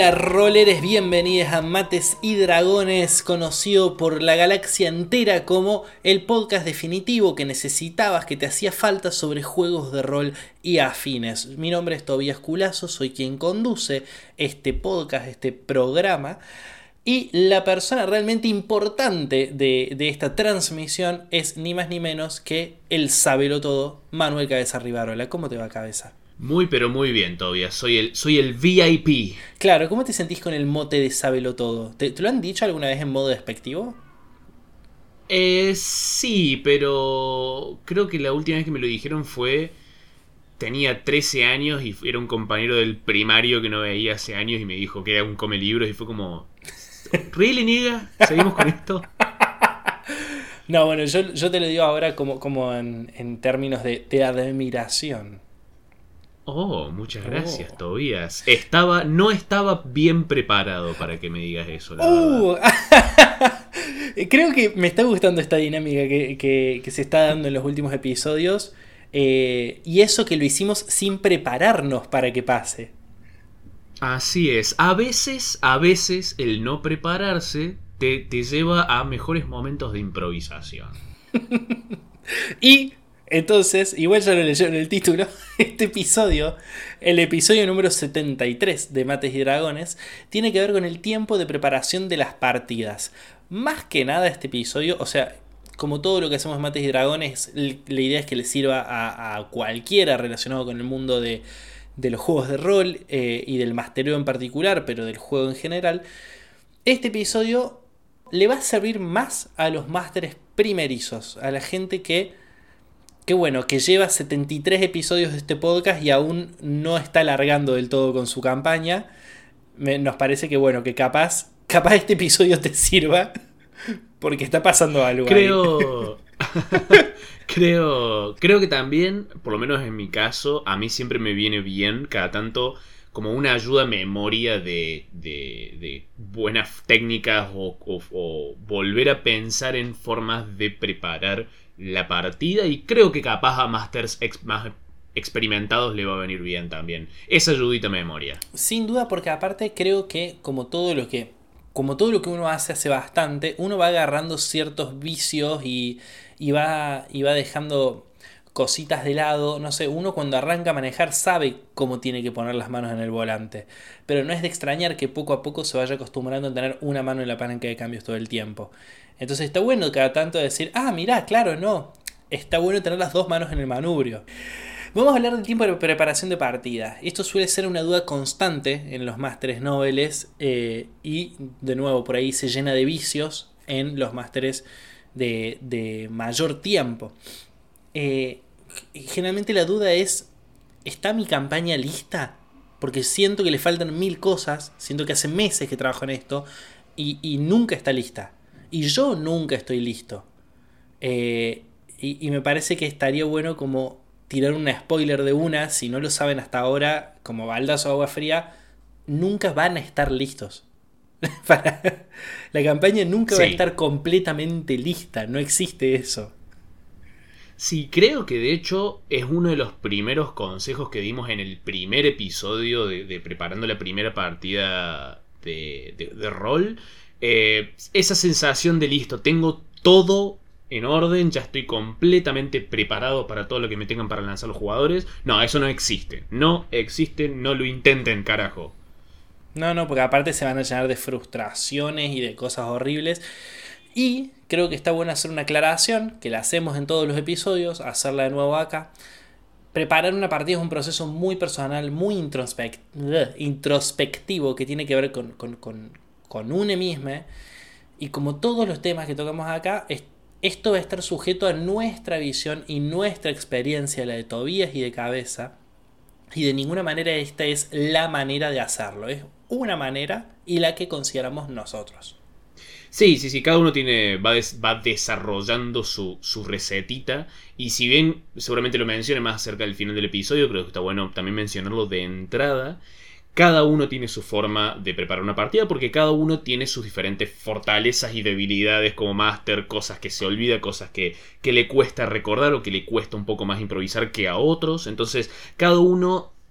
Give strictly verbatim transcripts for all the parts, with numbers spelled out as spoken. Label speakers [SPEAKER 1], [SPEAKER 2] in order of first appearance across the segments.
[SPEAKER 1] Hola roleres, bienvenidos a Mates y Dragones, conocido por la galaxia entera como el podcast definitivo que necesitabas, que te hacía falta sobre juegos de rol y afines. Mi nombre es Tobías Culazo, soy quien conduce este podcast, este programa. Y la persona realmente importante de, de esta transmisión es ni más ni menos que el sabelotodo, Manuel Cabeza Rivarola. ¿Cómo te va, Cabeza?
[SPEAKER 2] Muy pero muy bien, Tobias. Soy el, soy el V I P.
[SPEAKER 1] Claro, ¿cómo te sentís con el mote de sabelotodo? ¿Te, ¿Te lo han dicho alguna vez en modo despectivo?
[SPEAKER 2] Eh, sí, pero creo que la última vez que me lo dijeron fue... Tenía trece años y era un compañero del primario que no veía hace años y me dijo que era un come libros y fue como... ¿Really, nigga? ¿Seguimos con esto?
[SPEAKER 1] No, bueno, yo, yo te lo digo ahora como, como en, en términos de, de admiración.
[SPEAKER 2] Oh, muchas gracias,
[SPEAKER 1] Oh.
[SPEAKER 2] Tobías. Estaba, no estaba bien preparado para que me digas eso, la
[SPEAKER 1] Uh,
[SPEAKER 2] verdad.
[SPEAKER 1] Creo que me está gustando esta dinámica que, que, que se está dando en los últimos episodios. Eh, y eso que lo hicimos sin prepararnos para que pase.
[SPEAKER 2] Así es. A veces, a veces el no prepararse te, te lleva a mejores momentos de improvisación.
[SPEAKER 1] Y entonces, igual ya lo leyeron en el título, este episodio, el episodio número setenta y tres de Mates y Dragones, tiene que ver con el tiempo de preparación de las partidas. Más que nada este episodio, o sea, como todo lo que hacemos en Mates y Dragones, la idea es que le sirva a, a cualquiera relacionado con el mundo de, de los juegos de rol eh, y del mastereo en particular, pero del juego en general. Este episodio le va a servir más a los másteres primerizos, a la gente que, que bueno, que lleva setenta y tres episodios de este podcast y aún no está largando del todo con su campaña. Me, nos parece que bueno, que capaz, capaz este episodio te sirva porque está pasando algo
[SPEAKER 2] Creo... creo... Creo que también, por lo menos en mi caso, a mí siempre me viene bien cada tanto como una ayuda a memoria de, de, de buenas técnicas o, o, o volver a pensar en formas de preparar la partida, y creo que capaz a masters ex, más experimentados le va a venir bien también esa ayudita a memoria.
[SPEAKER 1] Sin duda, porque aparte creo que como todo lo que como todo lo que uno hace hace bastante, uno va agarrando ciertos vicios y, y, va, y va dejando cositas de lado. No sé, uno cuando arranca a manejar sabe cómo tiene que poner las manos en el volante, pero no es de extrañar que poco a poco se vaya acostumbrando a tener una mano en la palanca de cambios todo el tiempo. Entonces está bueno cada tanto decir, ah, mirá, claro, no, está bueno tener las dos manos en el manubrio. Vamos a hablar del tiempo de preparación de partida. Esto suele ser una duda constante en los másteres nobles eh, y de nuevo por ahí se llena de vicios en los másteres de, de mayor tiempo. Eh, generalmente la duda es, ¿está mi campaña lista? Porque siento que le faltan mil cosas, siento que hace meses que trabajo en esto y, y nunca está lista. Y yo nunca estoy listo. Eh, y, y me parece que estaría bueno como tirar una spoiler de una, si no lo saben hasta ahora, como baldazo de agua fría, nunca van a estar listos. Para, la campaña nunca
[SPEAKER 2] Sí.
[SPEAKER 1] va a estar completamente lista, no existe eso.
[SPEAKER 2] Sí, creo que de hecho es uno de los primeros consejos que dimos en el primer episodio de, de preparando la primera partida de, de, de rol. Eh, esa sensación de listo, tengo todo en orden, ya estoy completamente preparado para todo lo que me tengan para lanzar los jugadores. No, eso no existe. No existe, no lo intenten, carajo.
[SPEAKER 1] No, no, porque aparte se van a llenar de frustraciones y de cosas horribles. Y creo que está bueno hacer una aclaración, que la hacemos en todos los episodios, hacerla de nuevo acá. Preparar una partida es un proceso muy personal, muy introspect- introspectivo, que tiene que ver con, con, con, con uno mismo. Y como todos los temas que tocamos acá, es, esto va a estar sujeto a nuestra visión y nuestra experiencia, la de Tobías y de Cabeza. Y de ninguna manera esta es la manera de hacerlo. Es una manera y la que consideramos nosotros.
[SPEAKER 2] Sí, sí, sí, cada uno tiene va, des, va desarrollando su, su recetita. Y si bien seguramente lo mencione más acerca del final del episodio, creo que está bueno también mencionarlo de entrada. Cada uno tiene su forma de preparar una partida, porque cada uno tiene sus diferentes fortalezas y debilidades como máster, cosas que se olvida, cosas que, que le cuesta recordar o que le cuesta un poco más improvisar que a otros. Entonces cada uno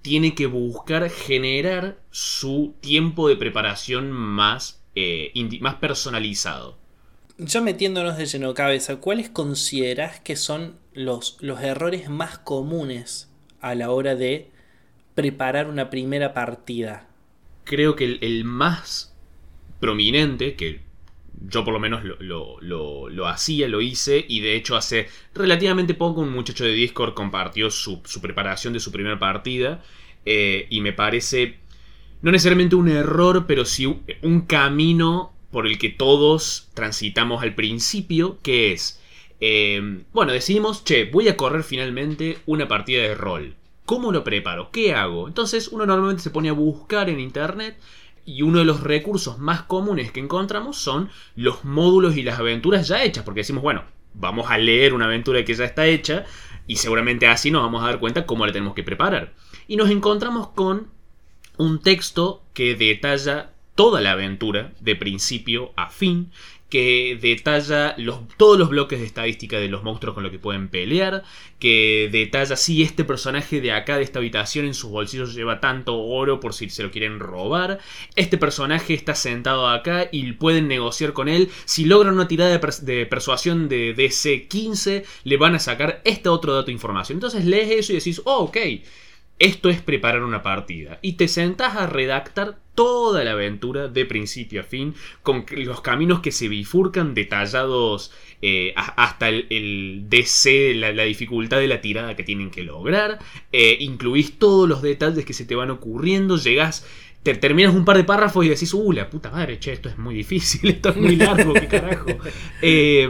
[SPEAKER 2] tiene que buscar generar su tiempo de preparación más, eh, indi- más personalizado.
[SPEAKER 1] Ya metiéndonos de lleno cabeza, ¿cuáles considerás que son los, los errores más comunes a la hora de preparar una primera partida?
[SPEAKER 2] Creo que el, el más prominente, que yo por lo menos lo, lo, lo, lo hacía, lo hice, y de hecho hace relativamente poco un muchacho de Discord compartió su, su preparación de su primera partida, eh, y me parece no necesariamente un error, pero sí un, un camino por el que todos transitamos al principio, que es, eh, bueno, decidimos, che, voy a correr finalmente una partida de rol. ¿Cómo lo preparo? ¿Qué hago? Entonces uno normalmente se pone a buscar en internet, y uno de los recursos más comunes que encontramos son los módulos y las aventuras ya hechas, porque decimos, bueno, vamos a leer una aventura que ya está hecha y seguramente así nos vamos a dar cuenta cómo la tenemos que preparar. Y nos encontramos con un texto que detalla toda la aventura de principio a fin, que detalla los, todos los bloques de estadística de los monstruos con los que pueden pelear, que detalla si este personaje de acá, de esta habitación, en sus bolsillos lleva tanto oro por si se lo quieren robar, este personaje está sentado acá y pueden negociar con él, si logran una tirada de, pers- de persuasión de D C quince, le van a sacar este otro dato de información. Entonces lees eso y decís, oh, ok, esto es preparar una partida. Y te sentás a redactar toda la aventura de principio a fin, con los caminos que se bifurcan detallados, eh, hasta el, el D C, la, la dificultad de la tirada que tienen que lograr. Eh, incluís todos los detalles que se te van ocurriendo. Llegás, te terminas un par de párrafos y decís, uh, la puta madre, che, esto es muy difícil, esto es muy largo, qué carajo. Eh,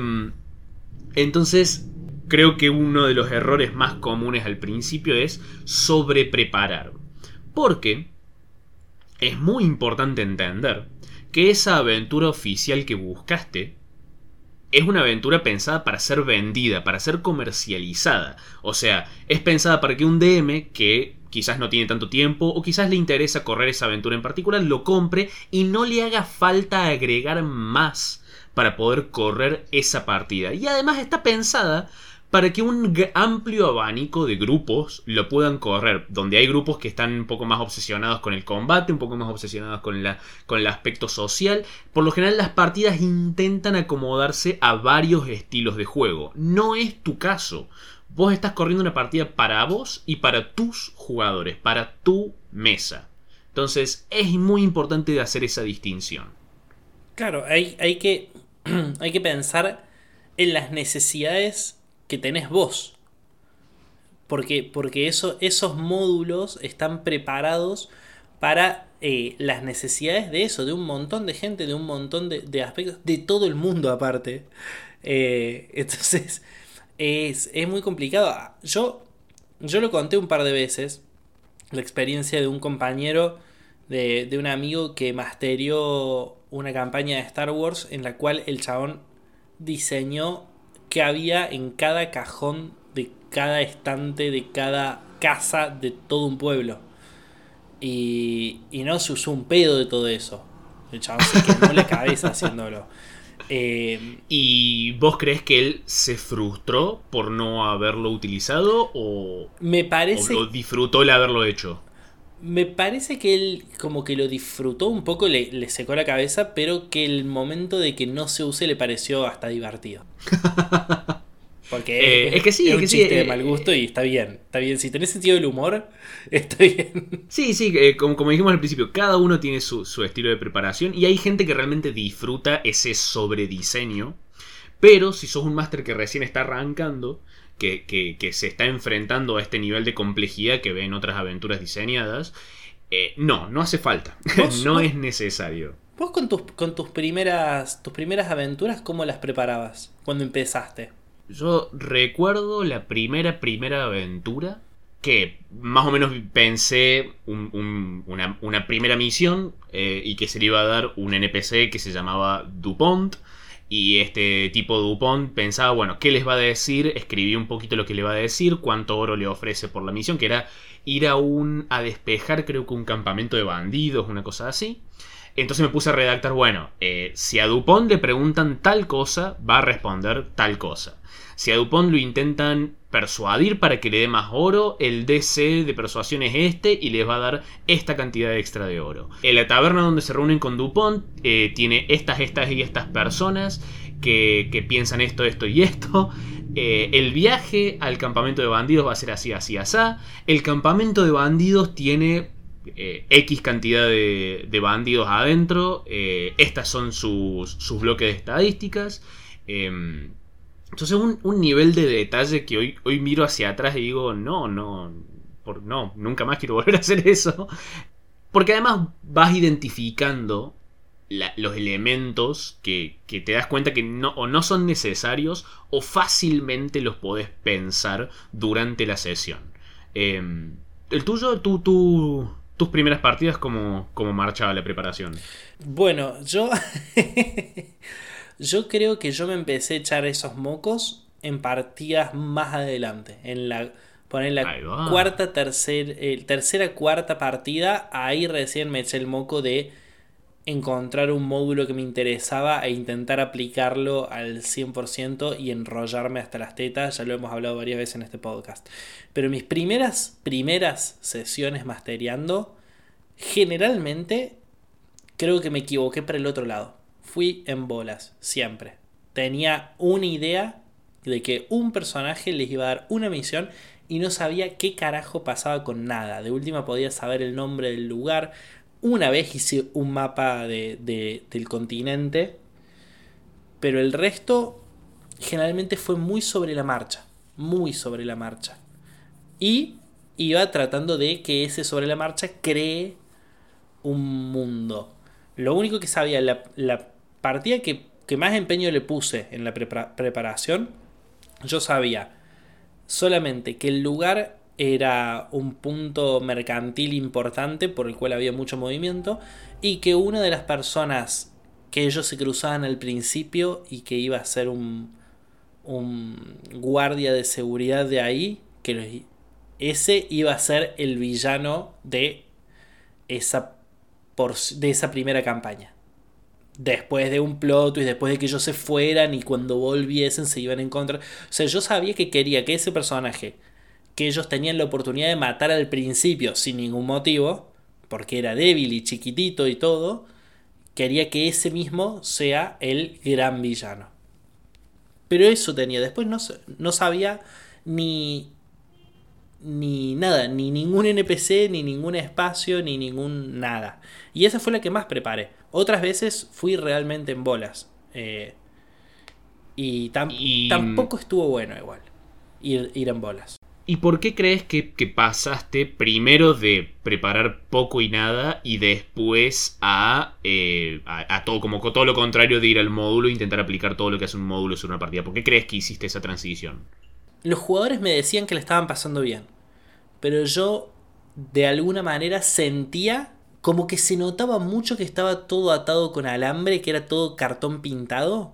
[SPEAKER 2] entonces... Creo que uno de los errores más comunes al principio es sobrepreparar. Porque es muy importante entender que esa aventura oficial que buscaste es una aventura pensada para ser vendida, para ser comercializada. O sea, es pensada para que un D M que quizás no tiene tanto tiempo o quizás le interesa correr esa aventura en particular, lo compre y no le haga falta agregar más para poder correr esa partida. Y además está pensada para que un amplio abanico de grupos lo puedan correr, donde hay grupos que están un poco más obsesionados con el combate, un poco más obsesionados con, la, con el aspecto social. Por lo general las partidas intentan acomodarse a varios estilos de juego. No es tu caso. Vos estás corriendo una partida para vos y para tus jugadores, para tu mesa. Entonces es muy importante hacer esa distinción.
[SPEAKER 1] Claro, hay, hay, que, hay que pensar en las necesidades que tenés vos. Porque, porque eso, esos módulos están preparados para eh, las necesidades de eso, de un montón de gente, de un montón de, de aspectos, de todo el mundo aparte. Eh, entonces, es, es muy complicado. Yo, yo lo conté un par de veces, la experiencia de un compañero, de, de un amigo que masterió una campaña de Star Wars en la cual el chabón diseñó que había en cada cajón de cada estante de cada casa de todo un pueblo. Y, y no se usó un pedo de todo eso. El chabón se quemó la cabeza haciéndolo. Eh,
[SPEAKER 2] ¿Y vos crees que él se frustró por no haberlo utilizado o,
[SPEAKER 1] me parece,
[SPEAKER 2] o, o disfrutó el haberlo hecho?
[SPEAKER 1] Me parece que él como que lo disfrutó un poco, le, le secó la cabeza, pero que el momento de que no se use le pareció hasta divertido. Porque
[SPEAKER 2] eh,
[SPEAKER 1] es,
[SPEAKER 2] es que sí,
[SPEAKER 1] es
[SPEAKER 2] es
[SPEAKER 1] un
[SPEAKER 2] que
[SPEAKER 1] chiste
[SPEAKER 2] sí,
[SPEAKER 1] de
[SPEAKER 2] eh,
[SPEAKER 1] mal gusto y está bien. Está bien, si tenés sentido del humor, está bien.
[SPEAKER 2] Sí, sí, eh, como, como dijimos al principio, cada uno tiene su, su estilo de preparación y hay gente que realmente disfruta ese sobrediseño. Pero si sos un máster que recién está arrancando, que, que, que se está enfrentando a este nivel de complejidad que ve en otras aventuras diseñadas, eh, no, no hace falta.
[SPEAKER 1] ¿Vos,
[SPEAKER 2] no
[SPEAKER 1] vos,
[SPEAKER 2] es necesario.
[SPEAKER 1] ¿Vos con tus, con tus primeras tus primeras aventuras cómo las preparabas cuando empezaste?
[SPEAKER 2] Yo recuerdo la primera, primera aventura que más o menos pensé un, un, una, una primera misión eh, y que se le iba a dar un N P C que se llamaba DuPont. Y este tipo DuPont pensaba, bueno, ¿qué les va a decir? Escribí un poquito lo que le va a decir, cuánto oro le ofrece por la misión, que era ir a un a despejar, creo que un campamento de bandidos, una cosa así. Entonces me puse a redactar, bueno, eh, si a Dupont le preguntan tal cosa, va a responder tal cosa. Si a Dupont lo intentan persuadir para que le dé más oro, el D C de persuasión es este y les va a dar esta cantidad extra de oro. En la taberna donde se reúnen con Dupont eh, tiene estas, estas y estas personas que, que piensan esto, esto y esto. Eh, el viaje al campamento de bandidos va a ser así, así, así. El campamento de bandidos tiene eh, X cantidad de, de bandidos adentro. Eh, estas son sus, sus bloques de estadísticas. Eh, Entonces un, un nivel de detalle que hoy, hoy miro hacia atrás y digo, no, no, por, no, nunca más quiero volver a hacer eso. Porque además vas identificando la, los elementos que, que te das cuenta que no, o no son necesarios o fácilmente los podés pensar durante la sesión. Eh, ¿El tuyo, tú, tú, tus primeras partidas, cómo, cómo marchaba la preparación?
[SPEAKER 1] Bueno, yo... Yo creo que yo me empecé a echar esos mocos en partidas más adelante. En la, poner la cuarta, tercer, eh, tercera, cuarta partida, ahí recién me eché el moco de encontrar un módulo que me interesaba e intentar aplicarlo al cien por ciento y enrollarme hasta las tetas. Ya lo hemos hablado varias veces en este podcast. Pero mis primeras, primeras sesiones mastereando, generalmente creo que me equivoqué para el otro lado. Fui en bolas, siempre. Tenía una idea de que un personaje les iba a dar una misión y no sabía qué carajo pasaba con nada. De última podía saber el nombre del lugar. Una vez hice un mapa de, de, del continente, pero el resto generalmente fue muy sobre la marcha. Muy sobre la marcha. Y iba tratando de que ese sobre la marcha cree un mundo. Lo único que sabía, la, la partida que, que más empeño le puse en la prepara- preparación, yo sabía solamente que el lugar era un punto mercantil importante por el cual había mucho movimiento y que una de las personas que ellos se cruzaban al principio y que iba a ser un, un guardia de seguridad de ahí, que los, ese iba a ser el villano de esa, por, de esa primera campaña. Después de un plot twist, después de que ellos se fueran y cuando volviesen se iban a encontrar. O sea, yo sabía que quería que ese personaje que ellos tenían la oportunidad de matar al principio sin ningún motivo, porque era débil y chiquitito y todo, quería que ese mismo sea el gran villano. Pero eso tenía. Después no, no sabía ni, ni nada, ni ningún N P C, ni ningún espacio, ni ningún nada. Y esa fue la que más preparé. Otras veces fui realmente en bolas. Eh, y, tam- y tampoco estuvo bueno igual ir, ir en bolas.
[SPEAKER 2] ¿Y por qué crees que, que pasaste primero de preparar poco y nada y después a, eh, a, a todo, como todo lo contrario de ir al módulo e intentar aplicar todo lo que hace un módulo sobre una partida? ¿Por qué crees que hiciste esa transición?
[SPEAKER 1] Los jugadores me decían que le estaban pasando bien, pero yo de alguna manera sentía como que se notaba mucho que estaba todo atado con alambre, que era todo cartón pintado.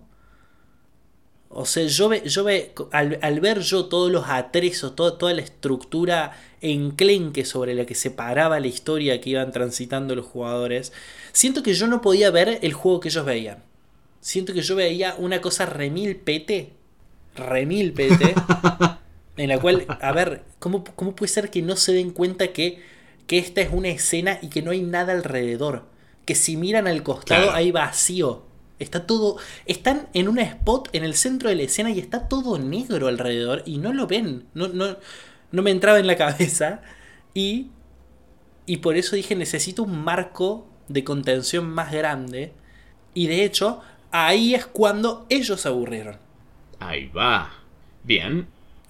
[SPEAKER 1] O sea, yo, ve, yo ve, al, al ver yo todos los atrezos, todo, toda la estructura enclenque sobre la que se paraba la historia que iban transitando los jugadores, siento que yo no podía ver el juego que ellos veían. Siento que yo veía una cosa remil pete, remil pete, en la cual, a ver, ¿cómo, cómo puede ser que no se den cuenta que, que esta es una escena y que no hay nada alrededor? Que si miran al costado, claro, hay vacío. Está todo. Están en un spot en el centro de la escena y está todo negro alrededor y no lo ven. No, no, no me entraba en la cabeza. Y, y por eso dije: necesito un marco de contención más grande. Y de hecho, ahí es cuando ellos se aburrieron.
[SPEAKER 2] Ahí va. Bien.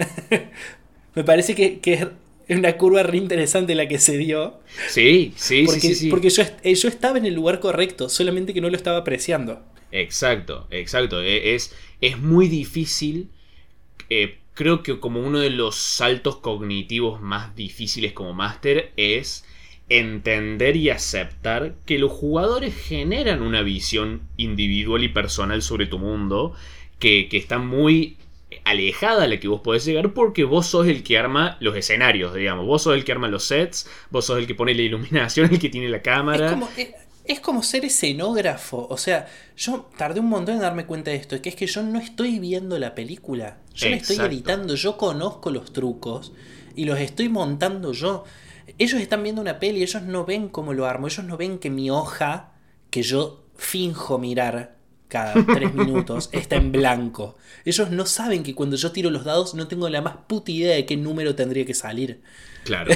[SPEAKER 1] Me parece que, que es una curva re interesante la que se dio.
[SPEAKER 2] Sí, sí,
[SPEAKER 1] porque,
[SPEAKER 2] sí, sí, sí.
[SPEAKER 1] Porque yo, yo estaba en el lugar correcto, solamente que no lo estaba apreciando.
[SPEAKER 2] Exacto, exacto. Es, es muy difícil. Eh, creo que como uno de los saltos cognitivos más difíciles como máster es entender y aceptar que los jugadores generan una visión individual y personal sobre tu mundo que, que está muy alejada a la que vos podés llegar porque vos sos el que arma los escenarios, digamos. Vos sos el que arma los sets, vos sos el que pone la iluminación, el que tiene la cámara.
[SPEAKER 1] Es como, Es como ser escenógrafo. O sea, yo tardé un montón en darme cuenta de esto. Que es que yo no estoy viendo la película. Yo la estoy
[SPEAKER 2] Exacto.
[SPEAKER 1] editando. Yo conozco los trucos. Y los estoy montando yo. Ellos están viendo una peli. Ellos no ven cómo lo armo. Ellos no ven que mi hoja, que yo finjo mirar cada tres minutos, está en blanco. Ellos no saben que cuando yo tiro los dados no tengo la más puta idea de qué número tendría que salir.
[SPEAKER 2] Claro.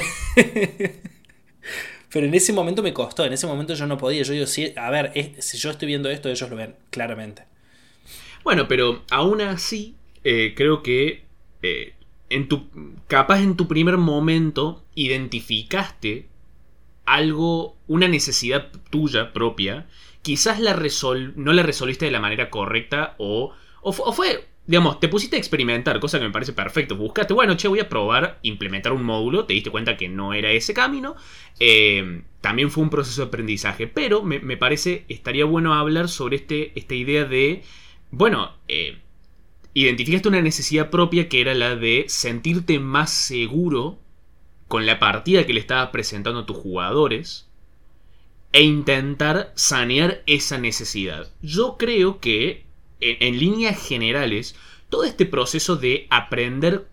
[SPEAKER 1] Pero en ese momento me costó, en ese momento yo no podía. Yo digo, sí, a ver, es, si yo estoy viendo esto, ellos lo ven, claramente.
[SPEAKER 2] Bueno, pero aún así, eh, creo que eh, en tu, capaz en tu primer momento identificaste algo, una necesidad tuya propia. Quizás la resol, no la resolviste de la manera correcta o, o, o fue... Digamos, te pusiste a experimentar, cosa que me parece perfecto. Buscaste, bueno, che, voy a probar implementar un módulo. Te diste cuenta que no era ese camino. Eh, también fue un proceso de aprendizaje. Pero me, me parece, estaría bueno hablar sobre este, esta idea de, bueno, eh, identificaste una necesidad propia que era la de sentirte más seguro con la partida que le estabas presentando a tus jugadores e intentar sanear esa necesidad. Yo creo que En, en líneas generales, todo este proceso de aprender,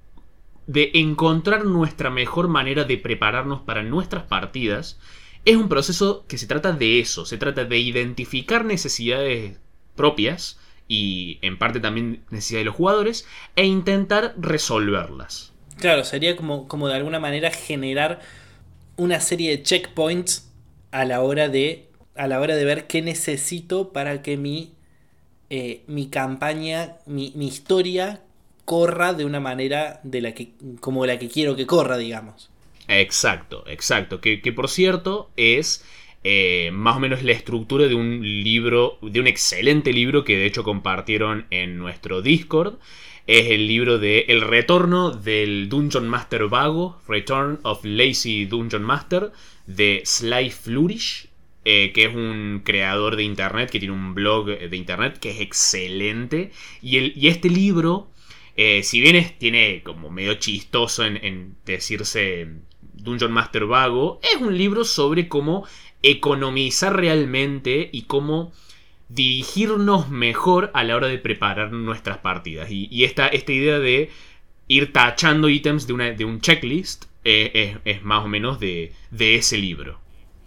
[SPEAKER 2] de encontrar nuestra mejor manera de prepararnos para nuestras partidas, es un proceso que se trata de eso, se trata de identificar necesidades propias y en parte también necesidades de los jugadores e intentar resolverlas.
[SPEAKER 1] Claro, sería como, como de alguna manera generar una serie de checkpoints a la hora de, a la hora de ver qué necesito para que mi Eh, mi campaña, mi, mi historia corra de una manera de la que, como la que quiero que corra, digamos.
[SPEAKER 2] Exacto, exacto. Que, que por cierto es eh, más o menos la estructura de un libro, de un excelente libro que de hecho compartieron en nuestro Discord. Es el libro de El retorno del Dungeon Master vago, Return of Lazy Dungeon Master, de Sly Flourish. Eh, que es un creador de internet, que tiene un blog de internet que es excelente. Y, el, y este libro, eh, si bien es, tiene como medio chistoso en, en decirse Dungeon Master vago, es un libro sobre cómo economizar realmente y cómo dirigirnos mejor a la hora de preparar nuestras partidas. Y, y esta, esta idea de ir tachando ítems de, una, de un checklist eh, es, es más o menos de, de ese libro.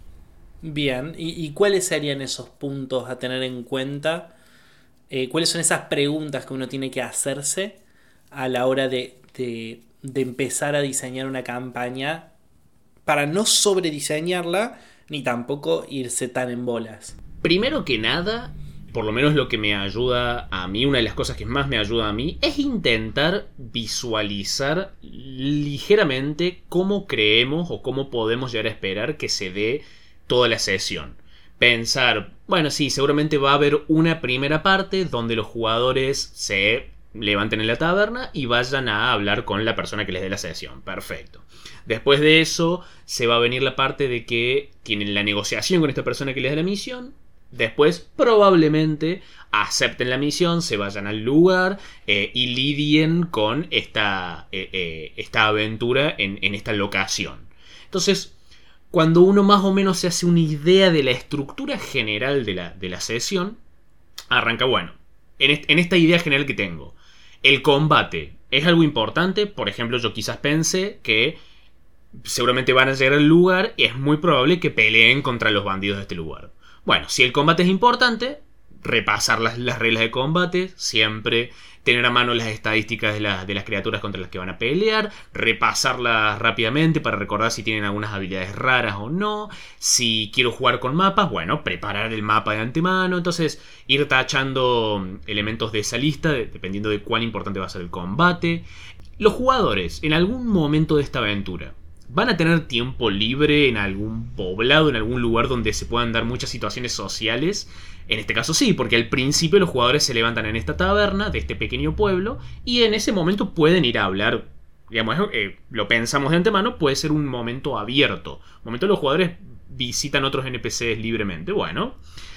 [SPEAKER 1] Bien, ¿y, y cuáles serían esos puntos a tener en cuenta? Eh, ¿Cuáles son esas preguntas que uno tiene que hacerse a la hora de, de, de empezar a diseñar una campaña para no sobrediseñarla ni tampoco irse tan en bolas?
[SPEAKER 2] Primero que nada, por lo menos lo que me ayuda a mí, una de las cosas que más me ayuda a mí, es intentar visualizar ligeramente cómo creemos o cómo podemos llegar a esperar que se dé toda la sesión. Pensar, bueno, sí, seguramente va a haber una primera parte donde los jugadores se levanten en la taberna y vayan a hablar con la persona que les dé la sesión. Perfecto. Después de eso se va a venir la parte de que tienen la negociación con esta persona que les da la misión. Después probablemente acepten la misión, se vayan al lugar eh, y lidien con esta, eh, eh, esta aventura en, en esta locación. Entonces, cuando uno más o menos se hace una idea de la estructura general de la, de la sesión, arranca, bueno, en, est- en esta idea general que tengo, el combate es algo importante. Por ejemplo, yo quizás pensé que seguramente van a llegar al lugar y es muy probable que peleen contra los bandidos de este lugar. Bueno, si el combate es importante, repasar las, las reglas de combate, siempre tener a mano las estadísticas de, la, de las criaturas contra las que van a pelear, repasarlas rápidamente para recordar si tienen algunas habilidades raras o no. Si quiero jugar con mapas, bueno, preparar el mapa de antemano. Entonces, ir tachando elementos de esa lista, dependiendo de cuán importante va a ser el combate. Los jugadores, en algún momento de esta aventura, ¿van a tener tiempo libre en algún poblado, en algún lugar donde se puedan dar muchas situaciones sociales? En este caso sí, porque al principio los jugadores se levantan en esta taberna de este pequeño pueblo y en ese momento pueden ir a hablar. Digamos, eh, lo pensamos de antemano, puede ser un momento abierto. Un momento los jugadores visitan otros N P Cs libremente. Bueno,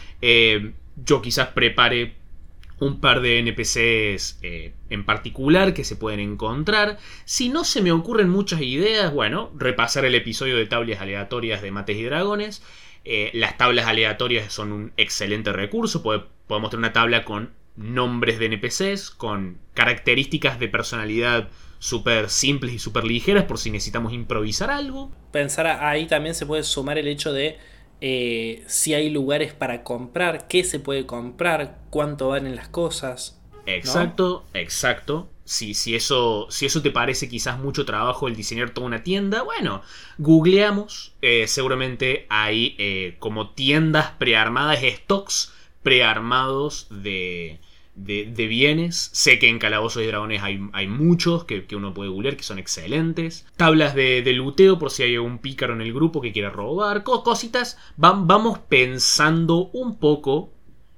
[SPEAKER 2] eh, yo quizás prepare un par de N P Cs eh, en particular que se pueden encontrar. Si no se me ocurren muchas ideas, bueno, repasar el episodio de tablas aleatorias de Mates y Dragones. Eh, las tablas aleatorias son un excelente recurso. Pod- podemos tener una tabla con nombres de N P Cs, con características de personalidad súper simples y súper ligeras por si necesitamos improvisar algo.
[SPEAKER 1] Pensar ahí también se puede sumar el hecho de eh, si hay lugares para comprar, qué se puede comprar, cuánto valen las cosas.
[SPEAKER 2] Exacto,
[SPEAKER 1] ¿no?
[SPEAKER 2] exacto. Si, si, eso, si eso te parece quizás mucho trabajo el diseñar toda una tienda, bueno, googleamos. Eh, seguramente hay eh, como tiendas prearmadas, stocks prearmados de, de, de bienes. Sé que en Calabozos y Dragones hay, hay muchos que, que uno puede googlear que son excelentes. Tablas de, de luteo por si hay algún pícaro en el grupo que quiera robar. Cositas. Vam, vamos pensando un poco.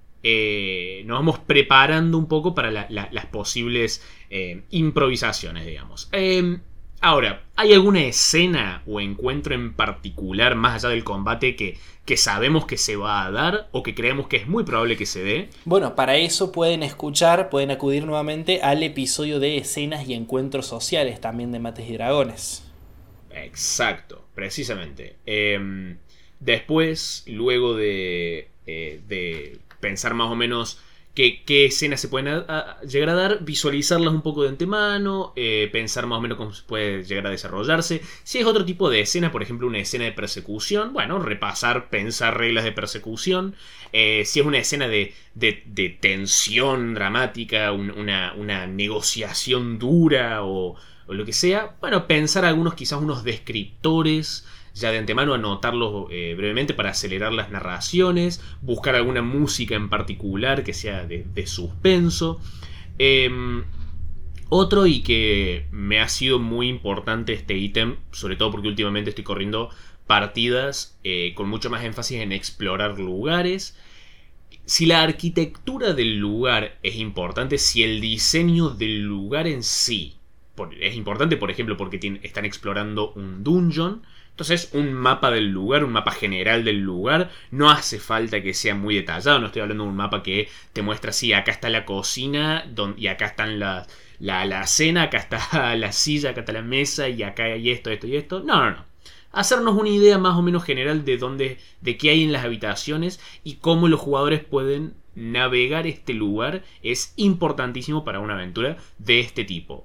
[SPEAKER 2] Eh, nos vamos preparando un poco para la, la, las posibles eh, improvisaciones, digamos. Eh, ahora, ¿hay alguna escena o encuentro en particular, más allá del combate, que, que sabemos que se va a dar o que creemos que es muy probable que se dé?
[SPEAKER 1] Bueno, para eso pueden escuchar, pueden acudir nuevamente al episodio de escenas y encuentros sociales también de Mates y Dragones.
[SPEAKER 2] Exacto, precisamente. Eh, después, luego de... Eh, de pensar más o menos qué, qué escenas se pueden a, a llegar a dar, visualizarlas un poco de antemano, eh, pensar más o menos cómo se puede llegar a desarrollarse. Si es otro tipo de escena, por ejemplo una escena de persecución, bueno, repasar, pensar reglas de persecución. Eh, si es una escena de, de, de tensión dramática, un, una, una negociación dura o, o lo que sea, bueno, pensar algunos quizás unos descriptores ya de antemano, anotarlos eh, brevemente para acelerar las narraciones, buscar alguna música en particular que sea de, de suspenso. Eh, otro y que me ha sido muy importante este ítem, sobre todo porque últimamente estoy corriendo partidas eh, con mucho más énfasis en explorar lugares. Si la arquitectura del lugar es importante, si el diseño del lugar en sí es importante, por ejemplo, porque tienen, están explorando un dungeon. Entonces, un mapa del lugar, un mapa general del lugar, no hace falta que sea muy detallado. No estoy hablando de un mapa que te muestra así, acá está la cocina y acá están la, la, la cena, acá está la silla, acá está la mesa y acá hay esto, esto y esto. No, no, no. Hacernos una idea más o menos general de dónde, de qué hay en las habitaciones y cómo los jugadores pueden navegar este lugar es importantísimo para una aventura de este tipo.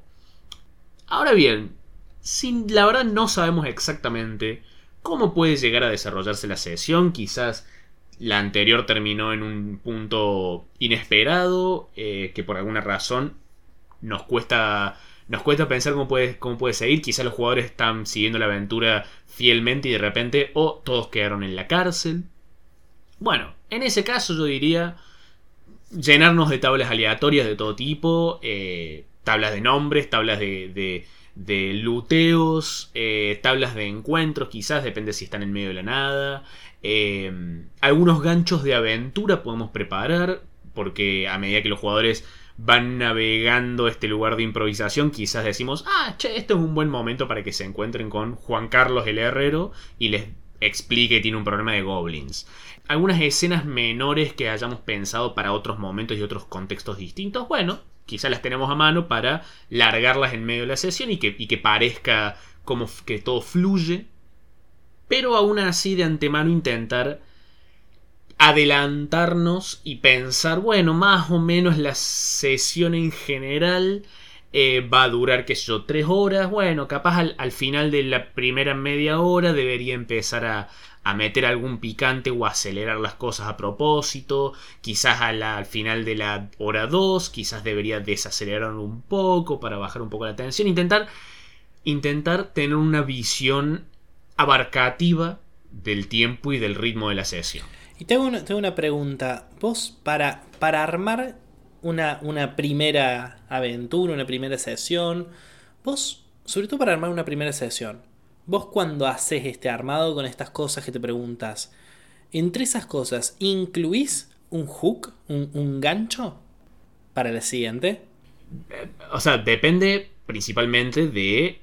[SPEAKER 2] Ahora bien, si la verdad no sabemos exactamente cómo puede llegar a desarrollarse la sesión, quizás la anterior terminó en un punto inesperado, eh, que por alguna razón nos cuesta, nos cuesta pensar cómo puede, cómo puede seguir, quizás los jugadores están siguiendo la aventura fielmente y de repente, o oh, todos quedaron en la cárcel. Bueno, en ese caso yo diría llenarnos de tablas aleatorias de todo tipo, eh, tablas de nombres, tablas de, de, de luteos, eh, tablas de encuentros, quizás, depende si están en medio de la nada. Eh, algunos ganchos de aventura podemos preparar, porque a medida que los jugadores van navegando este lugar de improvisación, quizás decimos, ah, che, este es un buen momento para que se encuentren con Juan Carlos el Herrero y les explique que tiene un problema de goblins. Algunas escenas menores que hayamos pensado para otros momentos y otros contextos distintos, bueno, quizás las tenemos a mano para largarlas en medio de la sesión y que, y que parezca como que todo fluye, pero aún así de antemano intentar adelantarnos y pensar, bueno, más o menos la sesión en general eh, va a durar, qué sé yo, tres horas. Bueno, capaz al, al final de la primera media hora debería empezar a, a meter algún picante o acelerar las cosas a propósito. Quizás a la, al final de la hora dos, quizás debería desacelerar un poco para bajar un poco la tensión. Intentar, intentar tener una visión abarcativa del tiempo y del ritmo de la sesión.
[SPEAKER 1] Y tengo una, tengo una pregunta. Vos, para, para armar una, una primera aventura, una primera sesión, vos, sobre todo para armar una primera sesión, vos cuando haces este armado con estas cosas que te preguntas, entre esas cosas, ¿incluís un hook, un, un gancho para la siguiente?
[SPEAKER 2] O sea, depende principalmente de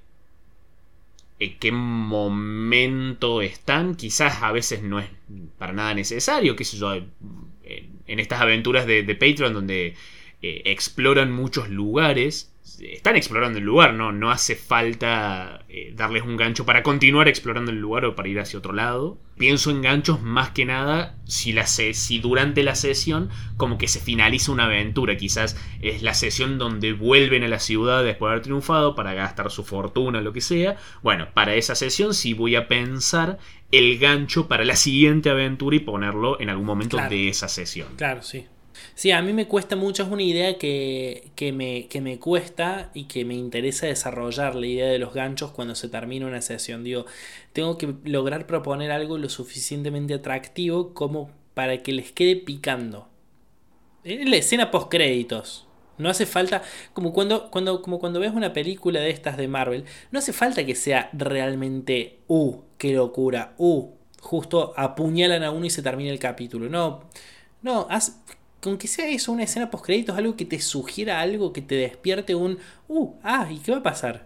[SPEAKER 2] en qué momento están. Quizás a veces no es para nada necesario, qué sé yo, en estas aventuras de, de Patreon donde eh, exploran muchos lugares. Están explorando el lugar, ¿no? No hace falta eh, darles un gancho para continuar explorando el lugar o para ir hacia otro lado. Pienso en ganchos más que nada si, la se- si durante la sesión como que se finaliza una aventura. Quizás es la sesión donde vuelven a la ciudad después de haber triunfado para gastar su fortuna o lo que sea. Bueno, para esa sesión sí voy a pensar el gancho para la siguiente aventura y ponerlo en algún momento
[SPEAKER 1] Claro.
[SPEAKER 2] de esa sesión.
[SPEAKER 1] Claro, sí. Sí, a mí me cuesta mucho, es una idea que, que me, que me cuesta y que me interesa desarrollar, la idea de los ganchos cuando se termina una sesión. Digo, tengo que lograr proponer algo lo suficientemente atractivo como para que les quede picando. Es la escena post créditos. No hace falta, como cuando, cuando, como cuando ves una película de estas de Marvel, no hace falta que sea realmente, uh, qué locura, uh, justo apuñalan a uno y se termina el capítulo. No, no, haz, con que sea eso, una escena post créditos, algo que te sugiera algo, que te despierte un, uh, ah, ¿y qué va a pasar?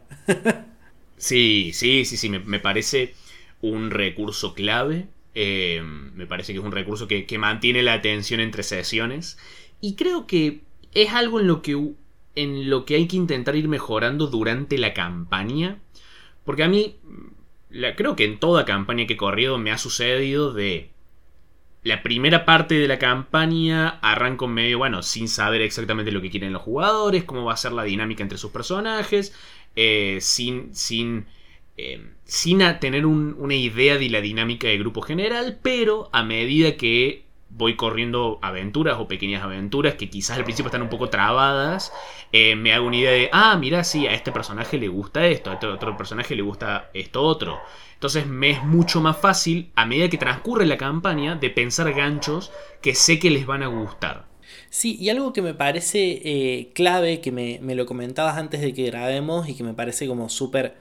[SPEAKER 2] Sí, sí, sí, sí, me, me parece un recurso clave. Eh, me parece que es un recurso que, que mantiene la atención entre sesiones. Y creo que es algo en lo que, u- en lo que hay que intentar ir mejorando durante la campaña. Porque a mí, la- creo que en toda campaña que he corrido me ha sucedido de la primera parte de la campaña arranco medio, bueno, sin saber exactamente lo que quieren los jugadores, cómo va a ser la dinámica entre sus personajes, eh, sin, sin, eh, sin a- tener un- una idea de la dinámica del grupo general, pero a medida que voy corriendo aventuras o pequeñas aventuras que quizás al principio están un poco trabadas, eh, me hago una idea de, ah, mira, sí, a este personaje le gusta esto, a este otro personaje le gusta esto otro. Entonces me es mucho más fácil, a medida que transcurre la campaña, de pensar ganchos que sé que les van a gustar.
[SPEAKER 1] Sí, y algo que me parece eh, clave, que me, me lo comentabas antes de que grabemos y que me parece como súper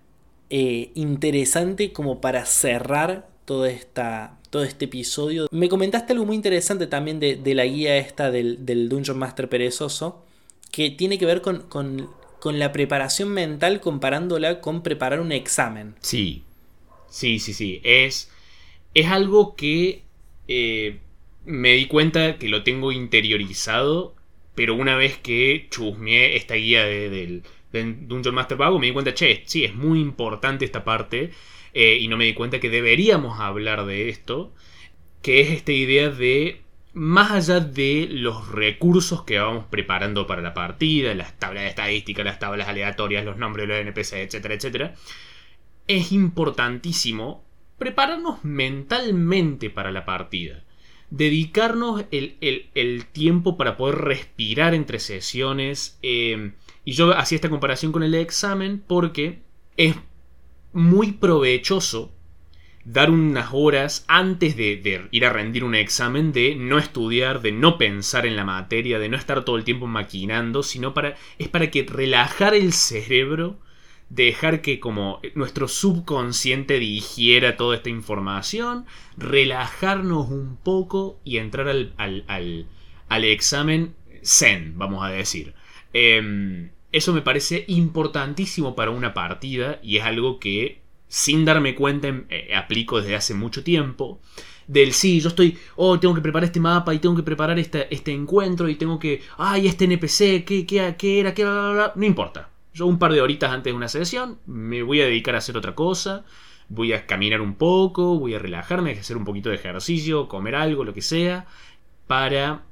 [SPEAKER 1] eh, interesante como para cerrar toda esta, todo este episodio. Me comentaste algo muy interesante también de, de la guía esta del, del Dungeon Master perezoso, que tiene que ver con, con, con la preparación mental comparándola con preparar un examen.
[SPEAKER 2] Sí, sí, sí, sí. Es, es algo que eh, me di cuenta que lo tengo interiorizado, pero una vez que chusmeé esta guía de- del, del Dungeon Master Vago, me di cuenta, che, sí, es muy importante esta parte, eh, y no me di cuenta que deberíamos hablar de esto, que es esta idea de, más allá de los recursos que vamos preparando para la partida, las tablas de estadística, las tablas aleatorias, los nombres de los N P C, etcétera, etcétera, es importantísimo prepararnos mentalmente para la partida. Dedicarnos el, el- el tiempo para poder respirar entre sesiones. eh, y yo hacía esta comparación con el examen porque es muy provechoso dar unas horas antes de, de ir a rendir un examen, de no estudiar, de no pensar en la materia, de no estar todo el tiempo maquinando, sino para, es para que relajar el cerebro, dejar que como nuestro subconsciente digiera toda esta información, relajarnos un poco y entrar al, al, al, al examen zen, vamos a decir. Eh, eso me parece importantísimo para una partida y es algo que sin darme cuenta eh, aplico desde hace mucho tiempo. Del sí, yo estoy, oh, tengo que preparar este mapa y tengo que preparar este, este encuentro y tengo que, ay, este N P C, ¿qué, qué, qué era? ¿Qué, bla, bla, bla? No importa. Yo un par de horitas antes de una sesión me voy a dedicar a hacer otra cosa, voy a caminar un poco, voy a relajarme, a hacer un poquito de ejercicio, comer algo, lo que sea, para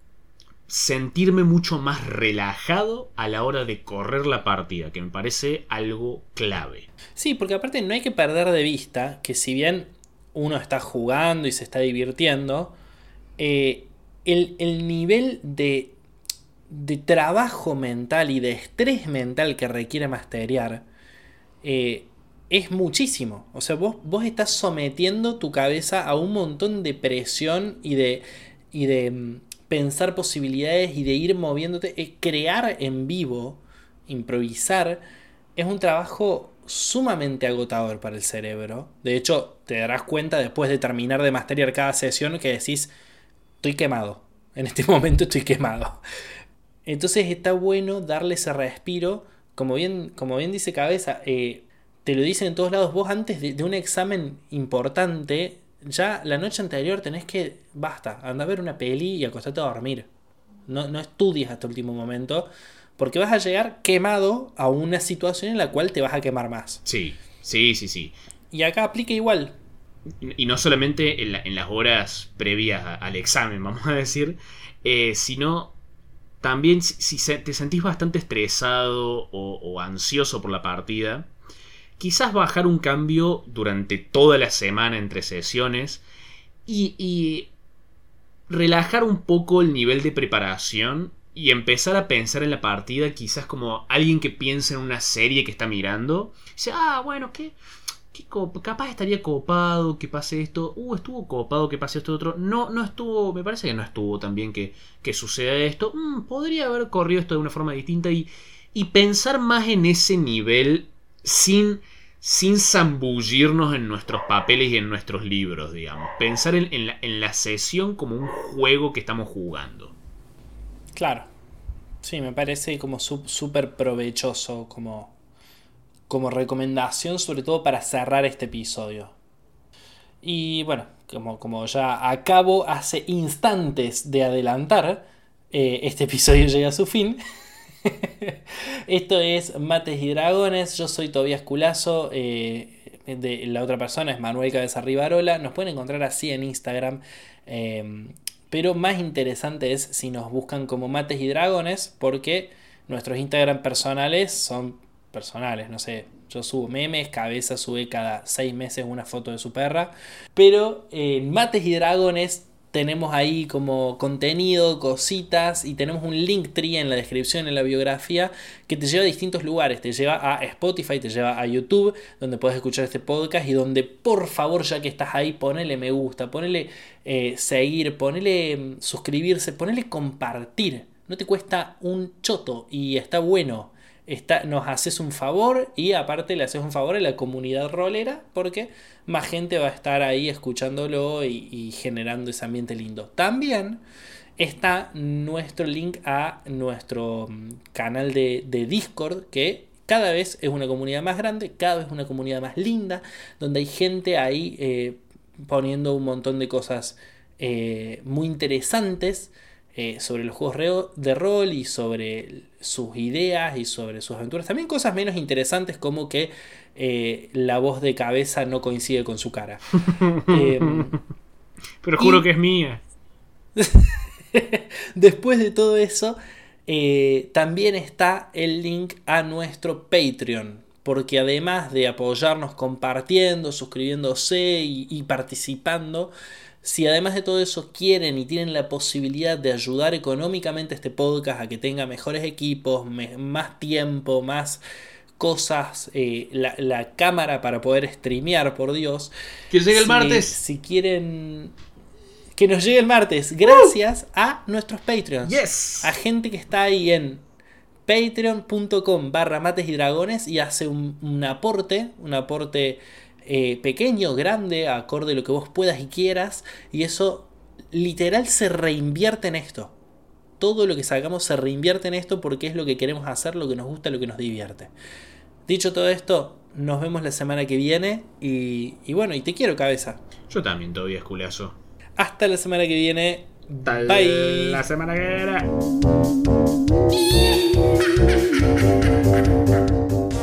[SPEAKER 2] sentirme mucho más relajado a la hora de correr la partida, que me parece algo clave.
[SPEAKER 1] Sí, porque aparte no hay que perder de vista que si bien uno está jugando y se está divirtiendo, eh, el, el nivel de, de trabajo mental y de estrés mental que requiere masterear eh, es muchísimo. O sea, vos, vos estás sometiendo tu cabeza a un montón de presión y de, y de mm, pensar posibilidades y de ir moviéndote. Eh, crear en vivo, improvisar, es un trabajo sumamente agotador para el cerebro. De hecho, te darás cuenta después de terminar de masterear cada sesión que decís, estoy quemado. En este momento estoy quemado. Entonces está bueno darle ese respiro. Como bien, como bien dice Cabeza, eh, te lo dicen en todos lados. Vos antes de, de un examen importante, ya la noche anterior tenés que, basta, anda a ver una peli y acostate a dormir. No, no estudies hasta el último momento, porque vas a llegar quemado a una situación en la cual te vas a quemar más.
[SPEAKER 2] Sí, sí, sí, sí.
[SPEAKER 1] Y acá aplica igual.
[SPEAKER 2] Y no solamente en, la, en las horas previas a, al examen, vamos a decir, eh, sino también si, si te sentís bastante estresado o, o ansioso por la partida, quizás bajar un cambio durante toda la semana entre sesiones y, y relajar un poco el nivel de preparación y empezar a pensar en la partida quizás como alguien que piensa en una serie que está mirando. Dice, ah, bueno, ¿qué? ¿Qué cop- capaz estaría copado que pase esto. Uh, estuvo copado que pase esto otro. No, no estuvo. Me parece que no estuvo tan bien que, que suceda esto. Mm, podría haber corrido esto de una forma distinta. Y, y pensar más en ese nivel sin, sin zambullirnos en nuestros papeles y en nuestros libros, digamos. Pensar en, en, la, en la sesión como un juego que estamos jugando.
[SPEAKER 1] Claro. Sí, me parece como súper provechoso como, como recomendación, sobre todo para cerrar este episodio. Y bueno, como, como ya acabo hace instantes de adelantar, eh, este episodio llega a su fin. Esto es Mates y Dragones. Yo soy Tobías Culazo. Eh, de, la otra persona es Manuel Cabeza Rivarola. Nos pueden encontrar así en Instagram. Eh, pero más interesante es si nos buscan como Mates y Dragones, porque nuestros Instagram personales son personales. No sé, yo subo memes, Cabeza sube cada seis meses una foto de su perra. Pero en Mates y Dragones tenemos ahí como contenido, cositas, y tenemos un Linktree en la descripción, en la biografía, que te lleva a distintos lugares. Te lleva a Spotify, te lleva a YouTube, donde puedes escuchar este podcast y donde, por favor, ya que estás ahí, ponele me gusta, ponele eh, seguir, ponele mm, suscribirse, ponele compartir. No te cuesta un choto y está bueno. Está, nos haces un favor y aparte le haces un favor a la comunidad rolera, porque más gente va a estar ahí escuchándolo y, y generando ese ambiente lindo. También está nuestro link a nuestro canal de, de Discord, que cada vez es una comunidad más grande, cada vez es una comunidad más linda, donde hay gente ahí eh, poniendo un montón de cosas eh, muy interesantes eh, sobre los juegos de rol y sobre sus ideas y sobre sus aventuras. También cosas menos interesantes, como que eh, la voz de Cabeza no coincide con su cara. eh,
[SPEAKER 2] Pero juro y... que es mía.
[SPEAKER 1] Después de todo eso, eh, también está el link a nuestro Patreon, porque además de apoyarnos compartiendo, suscribiéndose y, y participando, si además de todo eso quieren y tienen la posibilidad de ayudar económicamente a este podcast a que tenga mejores equipos, me, más tiempo, más cosas, eh, la, la cámara para poder streamear, por Dios.
[SPEAKER 2] Que llegue el
[SPEAKER 1] si,
[SPEAKER 2] martes.
[SPEAKER 1] Si quieren... Que nos llegue el martes, gracias uh. a nuestros Patreons.
[SPEAKER 2] Yes.
[SPEAKER 1] A gente que está ahí en patreon.com barra mates y dragones y hace un, un aporte, un aporte eh, pequeño, grande, acorde a lo que vos puedas y quieras. Y eso literal se reinvierte en esto. Todo lo que sacamos se reinvierte en esto porque es lo que queremos hacer, lo que nos gusta, lo que nos divierte. Dicho todo esto, nos vemos la semana que viene. Y, y bueno, y te quiero, Cabeza.
[SPEAKER 2] Yo también, Tobías Culazo.
[SPEAKER 1] Hasta la semana que viene.
[SPEAKER 2] Tal
[SPEAKER 1] Bye.
[SPEAKER 2] La semana que viene.